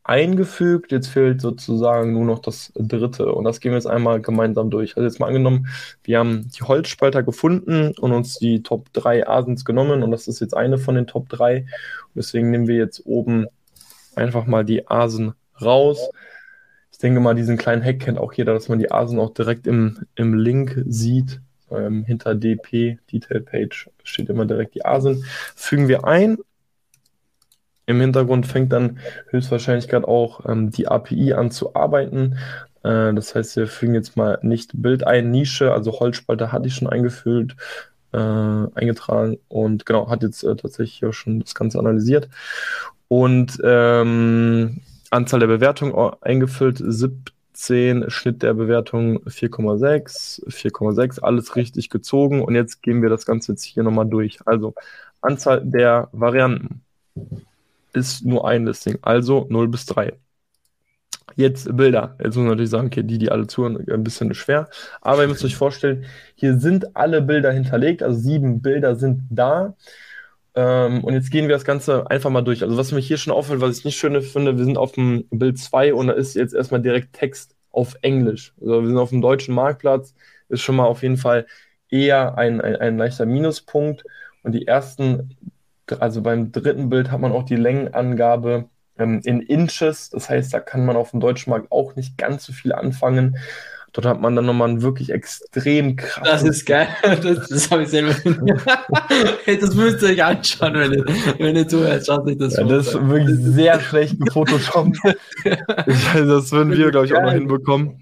eingefügt. Jetzt fehlt sozusagen nur noch das dritte. Und das gehen wir jetzt einmal gemeinsam durch. Also jetzt mal angenommen, wir haben die Holzspalter gefunden und uns die Top 3 Asins genommen. Und das ist jetzt eine von den Top 3. Und deswegen nehmen wir jetzt oben einfach mal die Asen raus. Ich denke mal, diesen kleinen Hack kennt auch jeder, dass man die Asen auch direkt im Link sieht. Hinter DP, Detail Page, steht immer direkt die Asen. Fügen wir ein. Im Hintergrund fängt dann höchstwahrscheinlich gerade auch die API an zu arbeiten. Das heißt, wir fügen jetzt mal nicht Bild ein, Nische, also Holzspalter hatte ich schon eingetragen und genau, hat jetzt tatsächlich auch schon das Ganze analysiert. Und Anzahl der Bewertungen eingefüllt, 17, Schnitt der Bewertung 4,6, alles richtig gezogen. Und jetzt gehen wir das Ganze jetzt hier nochmal durch. Also Anzahl der Varianten ist nur ein Listing, also 0 bis 3. Jetzt Bilder. Jetzt muss man natürlich sagen, okay, die alle zuhören, ein bisschen schwer. Aber ihr müsst euch vorstellen, hier sind alle Bilder hinterlegt, also 7 Bilder sind da. Und jetzt gehen wir das Ganze einfach mal durch. Also was mich hier schon auffällt, was ich nicht schön finde, wir sind auf dem Bild 2 und da ist jetzt erstmal direkt Text auf Englisch. Also wir sind auf dem deutschen Marktplatz, ist schon mal auf jeden Fall eher ein leichter Minuspunkt. Und die ersten, also beim dritten Bild hat man auch die Längenangabe in Inches. Das heißt, da kann man auf dem deutschen Markt auch nicht ganz so viel anfangen. Dort hat man dann nochmal einen wirklich extrem krass. Das ist geil. Das habe ich selber. Hey, das müsst ihr euch anschauen, wenn ihr zuhört. Schaut euch das an. Das ist wirklich sehr schlecht gefotoshoppt. Das würden wir, glaube ich, auch noch hinbekommen.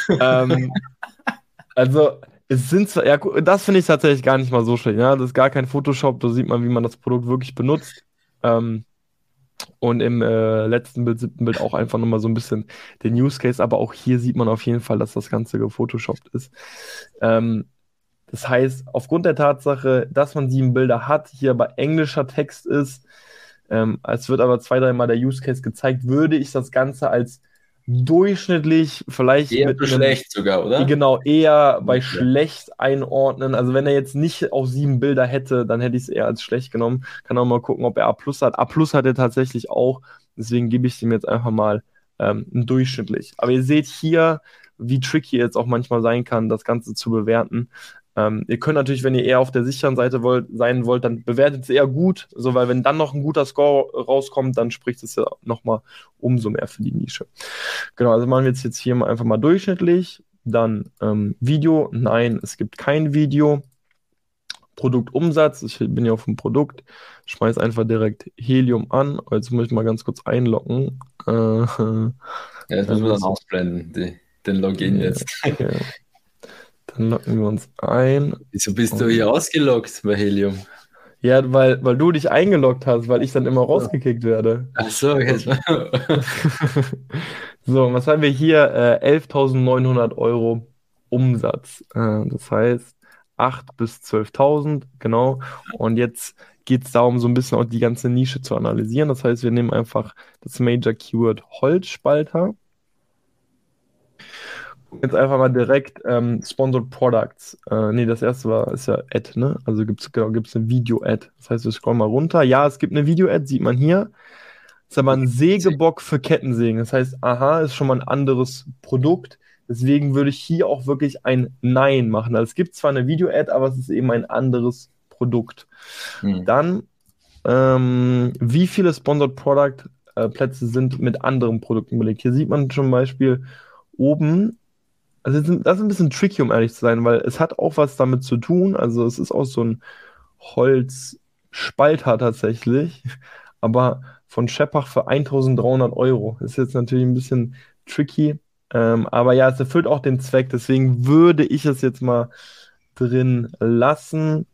Also, es sind zwar, ja, das finde ich tatsächlich gar nicht mal so schlecht. Ja? Das ist gar kein Photoshop, da sieht man, wie man das Produkt wirklich benutzt. Und im letzten Bild, 7. Bild auch einfach nochmal so ein bisschen den Use Case, aber auch hier sieht man auf jeden Fall, dass das Ganze gefotoshoppt ist. Das heißt, aufgrund der Tatsache, dass man 7 Bilder hat, hier aber englischer Text ist, es wird aber 2-3 Mal der Use Case gezeigt, würde ich das Ganze als durchschnittlich vielleicht eher mit schlecht sogar, oder? Genau, eher bei schlecht einordnen. Also wenn er jetzt nicht auch 7 Bilder hätte, dann hätte ich es eher als schlecht genommen. Kann auch mal gucken, ob er A+ hat. A+ hat er tatsächlich auch. Deswegen gebe ich ihm jetzt einfach mal durchschnittlich. Aber ihr seht hier, wie tricky jetzt auch manchmal sein kann, das Ganze zu bewerten. Ihr könnt natürlich, wenn ihr eher auf der sicheren Seite sein wollt, dann bewertet es eher gut, so, weil wenn dann noch ein guter Score rauskommt, dann spricht es ja nochmal umso mehr für die Nische. Genau, also machen wir jetzt hier mal einfach mal durchschnittlich. Dann Video, nein, es gibt kein Video. Produktumsatz, ich bin ja auf dem Produkt, schmeiß einfach direkt Helium an. Jetzt muss ich mal ganz kurz einloggen. Ja, das müssen wir dann ausblenden, den Login jetzt. Okay. Dann loggen wir uns ein. Wieso bist du hier ausgeloggt bei Helium? Ja, weil du dich eingeloggt hast, weil ich dann immer rausgekickt werde. Ach so, jetzt mal. So, was haben wir hier? 11.900 Euro Umsatz. Das heißt 8.000 bis 12.000, genau. Und jetzt geht es darum, so ein bisschen auch die ganze Nische zu analysieren. Das heißt, wir nehmen einfach das Major Keyword Holzspalter. Jetzt einfach mal direkt Sponsored Products. Das erste ist ja Ad, ne? Also gibt's eine Video-Ad. Das heißt, wir scrollen mal runter. Ja, es gibt eine Video-Ad, sieht man hier. Ist aber ein Sägebock für Kettensägen. Das heißt, ist schon mal ein anderes Produkt. Deswegen würde ich hier auch wirklich ein Nein machen. Also es gibt zwar eine Video-Ad, aber es ist eben ein anderes Produkt. Dann, wie viele Sponsored Product Plätze sind mit anderen Produkten belegt? Hier sieht man zum Beispiel oben, also das ist ein bisschen tricky, um ehrlich zu sein, weil es hat auch was damit zu tun. Also es ist auch so ein Holzspalter tatsächlich, aber von Scheppach für 1.300 Euro. Ist jetzt natürlich ein bisschen tricky, aber ja, es erfüllt auch den Zweck. Deswegen würde ich es jetzt mal drin lassen.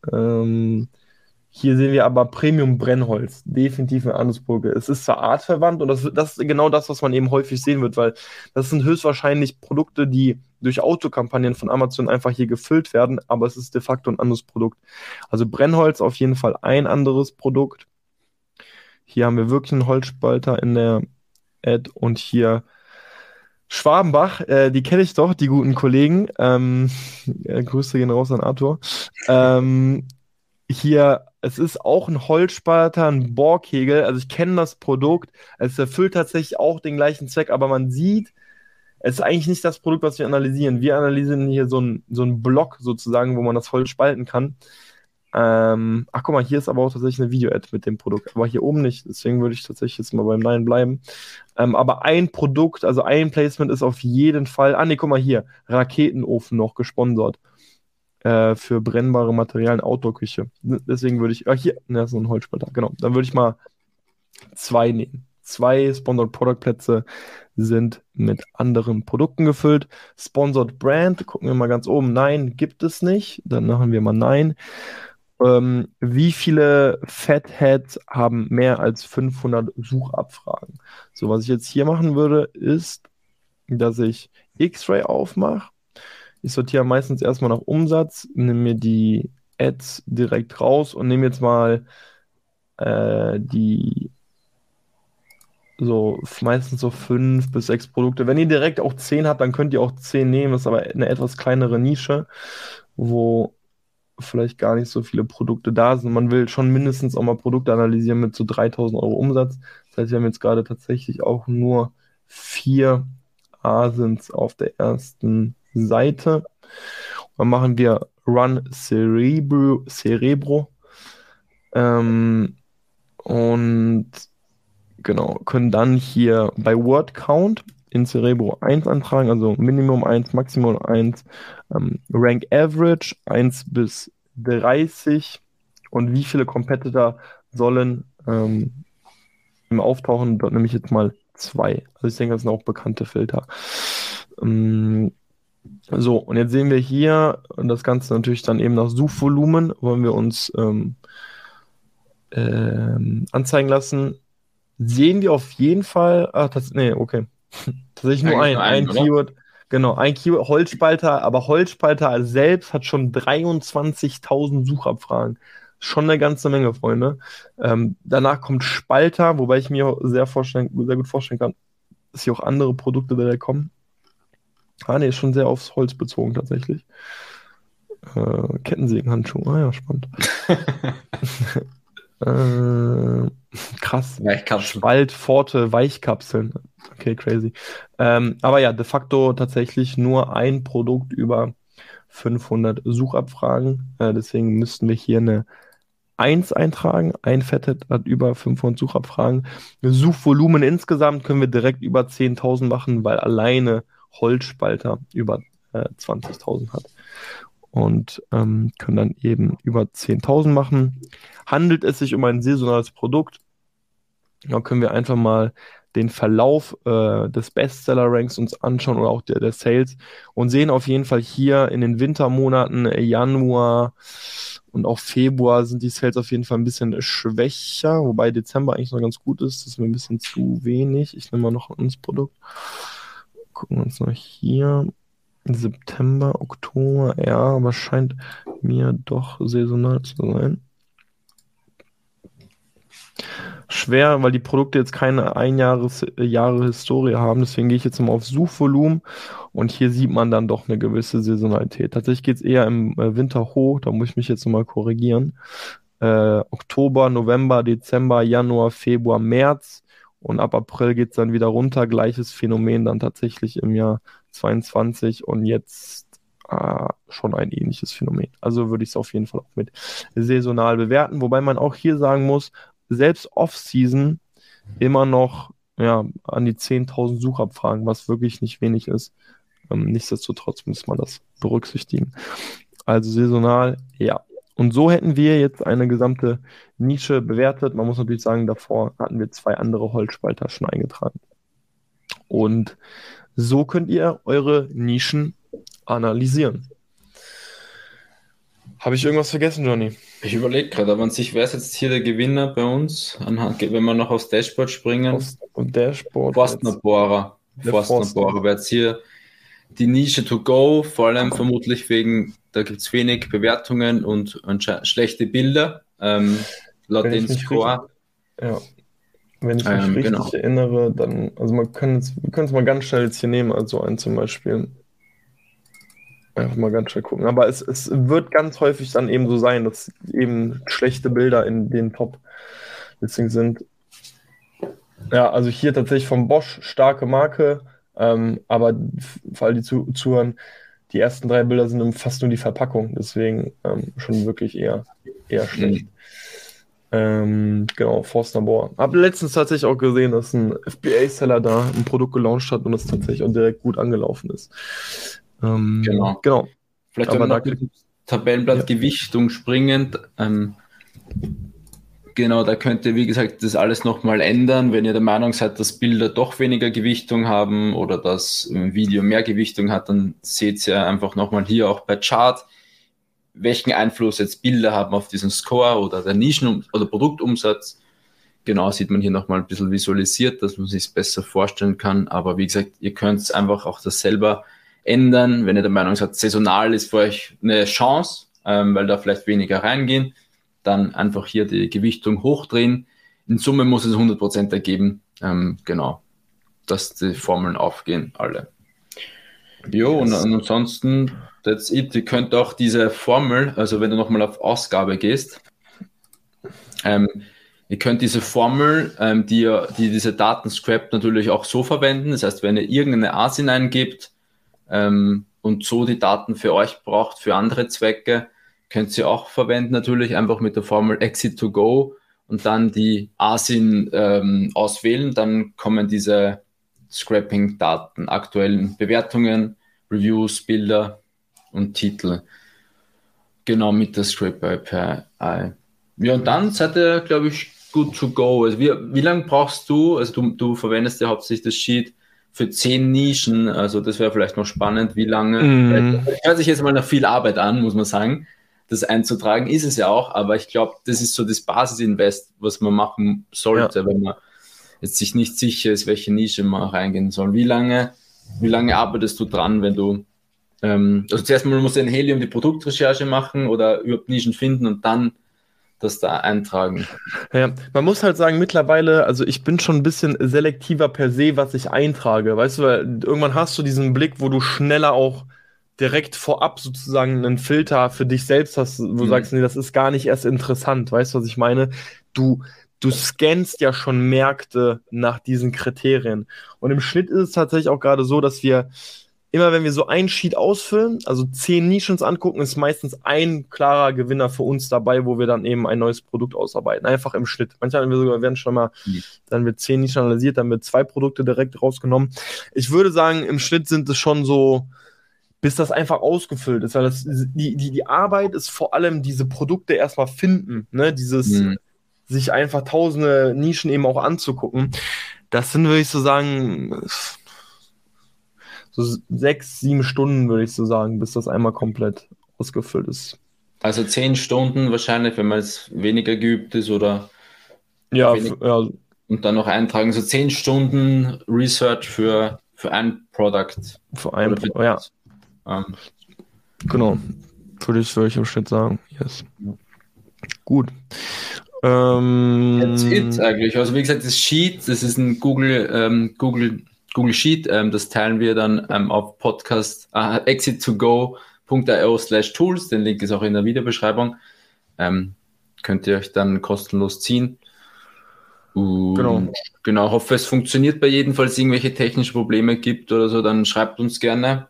Hier sehen wir aber Premium-Brennholz, definitiv eine Anspruch. Es ist zwar artverwandt und das ist genau das, was man eben häufig sehen wird, weil das sind höchstwahrscheinlich Produkte, die durch Autokampagnen von Amazon einfach hier gefüllt werden, aber es ist de facto ein anderes Produkt. Also Brennholz auf jeden Fall ein anderes Produkt. Hier haben wir wirklich einen Holzspalter in der Ad und hier Schwabenbach, die kenne ich doch, die guten Kollegen. Grüße gehen raus an Arthur. Hier es ist auch ein Holzspalter, ein Bohrkegel. Also ich kenne das Produkt. Es erfüllt tatsächlich auch den gleichen Zweck, aber man sieht, es ist eigentlich nicht das Produkt, was wir analysieren. Wir analysieren hier so einen Block sozusagen, wo man das Holz spalten kann. Ach, guck mal, hier ist aber auch tatsächlich eine Video-Ad mit dem Produkt, aber hier oben nicht. Deswegen würde ich tatsächlich jetzt mal beim Nein bleiben. Aber ein Produkt, also ein Placement ist auf jeden Fall. Ah, nee, guck mal hier. Raketenofen noch gesponsert. Für brennbare Materialien, Outdoor-Küche. Deswegen würde ich. Ah, hier, ne, das ist ein Holzspalter. Genau. Dann würde ich mal 2 nehmen. 2 Sponsored Product Plätze sind mit anderen Produkten gefüllt. Sponsored Brand, gucken wir mal ganz oben. Nein, gibt es nicht. Dann machen wir mal Nein. Wie viele Fatheads haben mehr als 500 Suchabfragen? So, was ich jetzt hier machen würde, ist, dass ich X-Ray aufmache. Ich sortiere meistens erstmal nach Umsatz, nehme mir die Ads direkt raus und nehme jetzt mal die so meistens so 5 bis 6 Produkte. Wenn ihr direkt auch 10 habt, dann könnt ihr auch 10 nehmen. Das ist aber eine etwas kleinere Nische, wo vielleicht gar nicht so viele Produkte da sind. Man will schon mindestens auch mal Produkte analysieren mit so 3.000 Euro Umsatz. Das heißt, wir haben jetzt gerade tatsächlich auch nur 4 Asins auf der ersten Seite. Dann machen wir Run Cerebro. Und genau, können dann hier bei Word Count in Cerebro 1 antragen, also Minimum 1, Maximum 1, Rank Average 1 bis 30 und wie viele Competitor sollen im Auftauchen, dort nehme ich jetzt mal 2. Also ich denke, das sind auch bekannte Filter. So, und jetzt sehen wir hier das Ganze natürlich dann eben nach Suchvolumen, wollen wir uns anzeigen lassen. Sehen wir auf jeden Fall, okay. Tatsächlich nur ein Keyword. Genau, ein Keyword, Holzspalter, aber Holzspalter selbst hat schon 23.000 Suchabfragen. Schon eine ganze Menge, Freunde. Danach kommt Spalter, wobei ich mir sehr gut vorstellen kann, dass hier auch andere Produkte direkt kommen. Ah, nee, ist schon sehr aufs Holz bezogen tatsächlich. Kettensägenhandschuh, ja, spannend. Krass. Weichkapseln. Spaltpforte, Weichkapseln. Okay, crazy. Aber ja, de facto tatsächlich nur ein Produkt über 500 Suchabfragen. Deswegen müssten wir hier eine 1 eintragen. Ein Fathead hat über 500 Suchabfragen. Suchvolumen insgesamt können wir direkt über 10.000 machen, weil alleine Holzspalter über 20.000 hat. Und können dann eben über 10.000 machen. Handelt es sich um ein saisonales Produkt, dann können wir einfach mal den Verlauf des Bestseller-Ranks uns anschauen oder auch der Sales und sehen auf jeden Fall hier in den Wintermonaten Januar und auch Februar sind die Sales auf jeden Fall ein bisschen schwächer, wobei Dezember eigentlich noch ganz gut ist. Das ist mir ein bisschen zu wenig. Ich nehme mal noch ein Produkt. Gucken wir uns noch hier. September, Oktober, ja, aber scheint mir doch saisonal zu sein. Schwer, weil die Produkte jetzt keine Jahre Historie haben. Deswegen gehe ich jetzt mal auf Suchvolumen und hier sieht man dann doch eine gewisse Saisonalität. Tatsächlich geht es eher im Winter hoch, da muss ich mich jetzt nochmal korrigieren. Oktober, November, Dezember, Januar, Februar, März und ab April geht es dann wieder runter. Gleiches Phänomen dann tatsächlich im Jahr 22 und jetzt schon ein ähnliches Phänomen. Also würde ich es auf jeden Fall auch mit saisonal bewerten, wobei man auch hier sagen muss, selbst Off-Season immer noch an die 10.000 Suchabfragen, was wirklich nicht wenig ist. Nichtsdestotrotz muss man das berücksichtigen. Also saisonal, ja. Und so hätten wir jetzt eine gesamte Nische bewertet. Man muss natürlich sagen, davor hatten wir 2 andere Holzspalter schon eingetragen. Und so könnt ihr eure Nischen analysieren. Habe ich irgendwas vergessen, Johnny? Ich überlege gerade, aber an sich wäre es jetzt hier der Gewinner bei uns, wenn wir noch aufs Dashboard springen. Forstner Bohrer. Forstner Bohrer wäre jetzt hier die Nische to go, vor allem vermutlich wegen, da gibt es wenig Bewertungen und schlechte Bilder, laut den Score. Wenn ich mich richtig erinnere, dann, also wir können es mal ganz schnell jetzt hier nehmen, also einen zum Beispiel. Einfach mal ganz schnell gucken. Aber es wird ganz häufig dann eben so sein, dass eben schlechte Bilder in den Top-Listings sind. Ja, also hier tatsächlich von Bosch, starke Marke, aber für all die zuhören, die ersten 3 Bilder sind fast nur die Verpackung, deswegen schon wirklich eher schlecht. Genau, Forster Bohr. Habe letztens tatsächlich auch gesehen, dass ein FBA-Seller da ein Produkt gelauncht hat und das tatsächlich auch direkt gut angelaufen ist. Genau. Vielleicht wenn wir noch mit dem Tabellenblatt Gewichtung springend. Genau, da könnt ihr, wie gesagt, das alles nochmal ändern, wenn ihr der Meinung seid, dass Bilder doch weniger Gewichtung haben oder dass ein Video mehr Gewichtung hat, dann seht ihr einfach nochmal hier auch bei Chart, welchen Einfluss jetzt Bilder haben auf diesen Score oder der Nischen- oder Produktumsatz. Genau, sieht man hier nochmal ein bisschen visualisiert, dass man sich es besser vorstellen kann. Aber wie gesagt, ihr könnt es einfach auch das selber ändern, wenn ihr der Meinung seid, saisonal ist für euch eine Chance, weil da vielleicht weniger reingehen, dann einfach hier die Gewichtung hochdrehen. In Summe muss es 100% ergeben, genau, dass die Formeln aufgehen, alle. Jo, und ansonsten, that's it. Ihr könnt auch diese Formel, also wenn du nochmal auf Ausgabe gehst, ihr könnt diese Formel, die diese Daten scrapt, natürlich auch so verwenden. Das heißt, wenn ihr irgendeine ASIN eingebt und so die Daten für euch braucht, für andere Zwecke, könnt ihr auch verwenden, natürlich einfach mit der Formel Exit to Go und dann die ASIN auswählen. Dann kommen diese Scrapping-Daten, aktuellen Bewertungen, Reviews, Bilder und Titel. Genau, mit der Scrape API. Ja, und dann seid ihr, glaube ich, good to go. Also wie lange brauchst du, also du verwendest ja hauptsächlich das Sheet für 10 Nischen, also das wäre vielleicht noch spannend, wie lange. Das hört sich jetzt mal nach viel Arbeit an, muss man sagen. Das einzutragen ist es ja auch, aber ich glaube, das ist so das Basisinvest, was man machen sollte, wenn man jetzt sich nicht sicher ist, welche Nische man reingehen soll. Wie lange arbeitest du dran, wenn du also zuerst mal musst du in Helium die Produktrecherche machen oder überhaupt Nischen finden und dann das da eintragen. Ja, man muss halt sagen, mittlerweile, also ich bin schon ein bisschen selektiver per se, was ich eintrage. Weißt du, weil irgendwann hast du diesen Blick, wo du schneller auch direkt vorab sozusagen einen Filter für dich selbst hast, wo du sagst, nee, das ist gar nicht erst interessant. Weißt du, was ich meine? Du scannst ja schon Märkte nach diesen Kriterien. Und im Schnitt ist es tatsächlich auch gerade so, dass wir immer, wenn wir so ein Sheet ausfüllen, also 10 Nischen uns angucken, ist meistens ein klarer Gewinner für uns dabei, wo wir dann eben ein neues Produkt ausarbeiten. Einfach im Schnitt. Manchmal werden schon mal, dann wird 10 Nischen analysiert, dann wird 2 Produkte direkt rausgenommen. Ich würde sagen, im Schnitt sind es schon so, bis das einfach ausgefüllt ist, weil die Arbeit ist vor allem diese Produkte erstmal finden, ne? Dieses sich einfach tausende Nischen eben auch anzugucken. Das sind, würde ich so sagen, so 6-7 Stunden, würde ich so sagen, bis das einmal komplett ausgefüllt ist. Also 10 Stunden wahrscheinlich, wenn man jetzt weniger geübt ist oder ja. Und dann noch eintragen, so 10 Stunden Research für ein Produkt. Für ein Produkt, ja. Genau, würde ich im Schnitt sagen. Yes. Gut. That's it eigentlich. Also wie gesagt, das Sheet, das ist ein Google Sheet, das teilen wir dann auf Podcast exit2go.io/tools, den Link ist auch in der Videobeschreibung. Könnt ihr euch dann kostenlos ziehen. Genau, hoffe, es funktioniert bei jedem, falls es irgendwelche technischen Probleme gibt oder so, dann schreibt uns gerne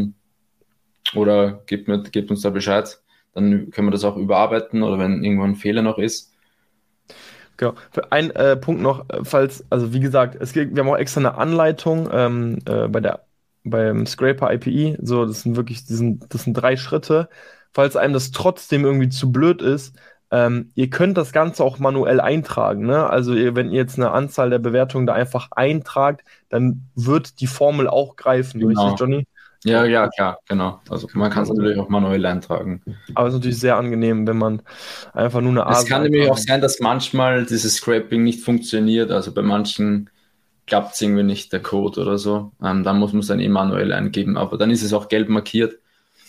oder gebt uns da Bescheid. Dann können wir das auch überarbeiten oder wenn irgendwo ein Fehler noch ist. Genau. Für einen Punkt noch, also wie gesagt, wir haben auch extra eine Anleitung beim Scraper IPI. So, das sind 3 Schritte. Falls einem das trotzdem irgendwie zu blöd ist, ihr könnt das Ganze auch manuell eintragen. Ne? Also wenn ihr jetzt eine Anzahl der Bewertungen da einfach eintragt, dann wird die Formel auch greifen. Genau. Richtig, Johnny? Ja, klar, genau. Also man kann es natürlich auch manuell eintragen. Aber es ist natürlich sehr angenehm, wenn man einfach nur eine Es kann nämlich auch sein, dass manchmal dieses Scraping nicht funktioniert. Also bei manchen klappt es irgendwie nicht, der Code oder so. Dann muss man es dann manuell eingeben. Aber dann ist es auch gelb markiert.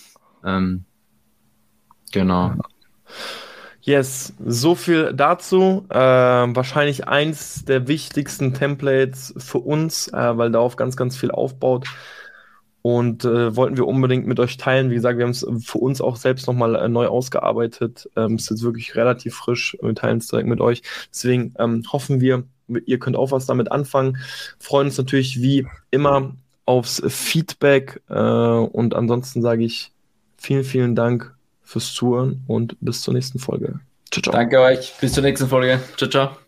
Genau. Yes, so viel dazu. Wahrscheinlich eins der wichtigsten Templates für uns, weil darauf ganz, ganz viel aufbaut. und wollten wir unbedingt mit euch teilen. Wie gesagt, wir haben es für uns auch selbst nochmal neu ausgearbeitet. Ist jetzt wirklich relativ frisch. Wir teilen es direkt mit euch. Deswegen hoffen wir, ihr könnt auch was damit anfangen. Freuen uns natürlich wie immer aufs Feedback und ansonsten sage ich vielen, vielen Dank fürs Zuhören und bis zur nächsten Folge. Ciao, ciao. Danke euch. Bis zur nächsten Folge. Ciao, ciao.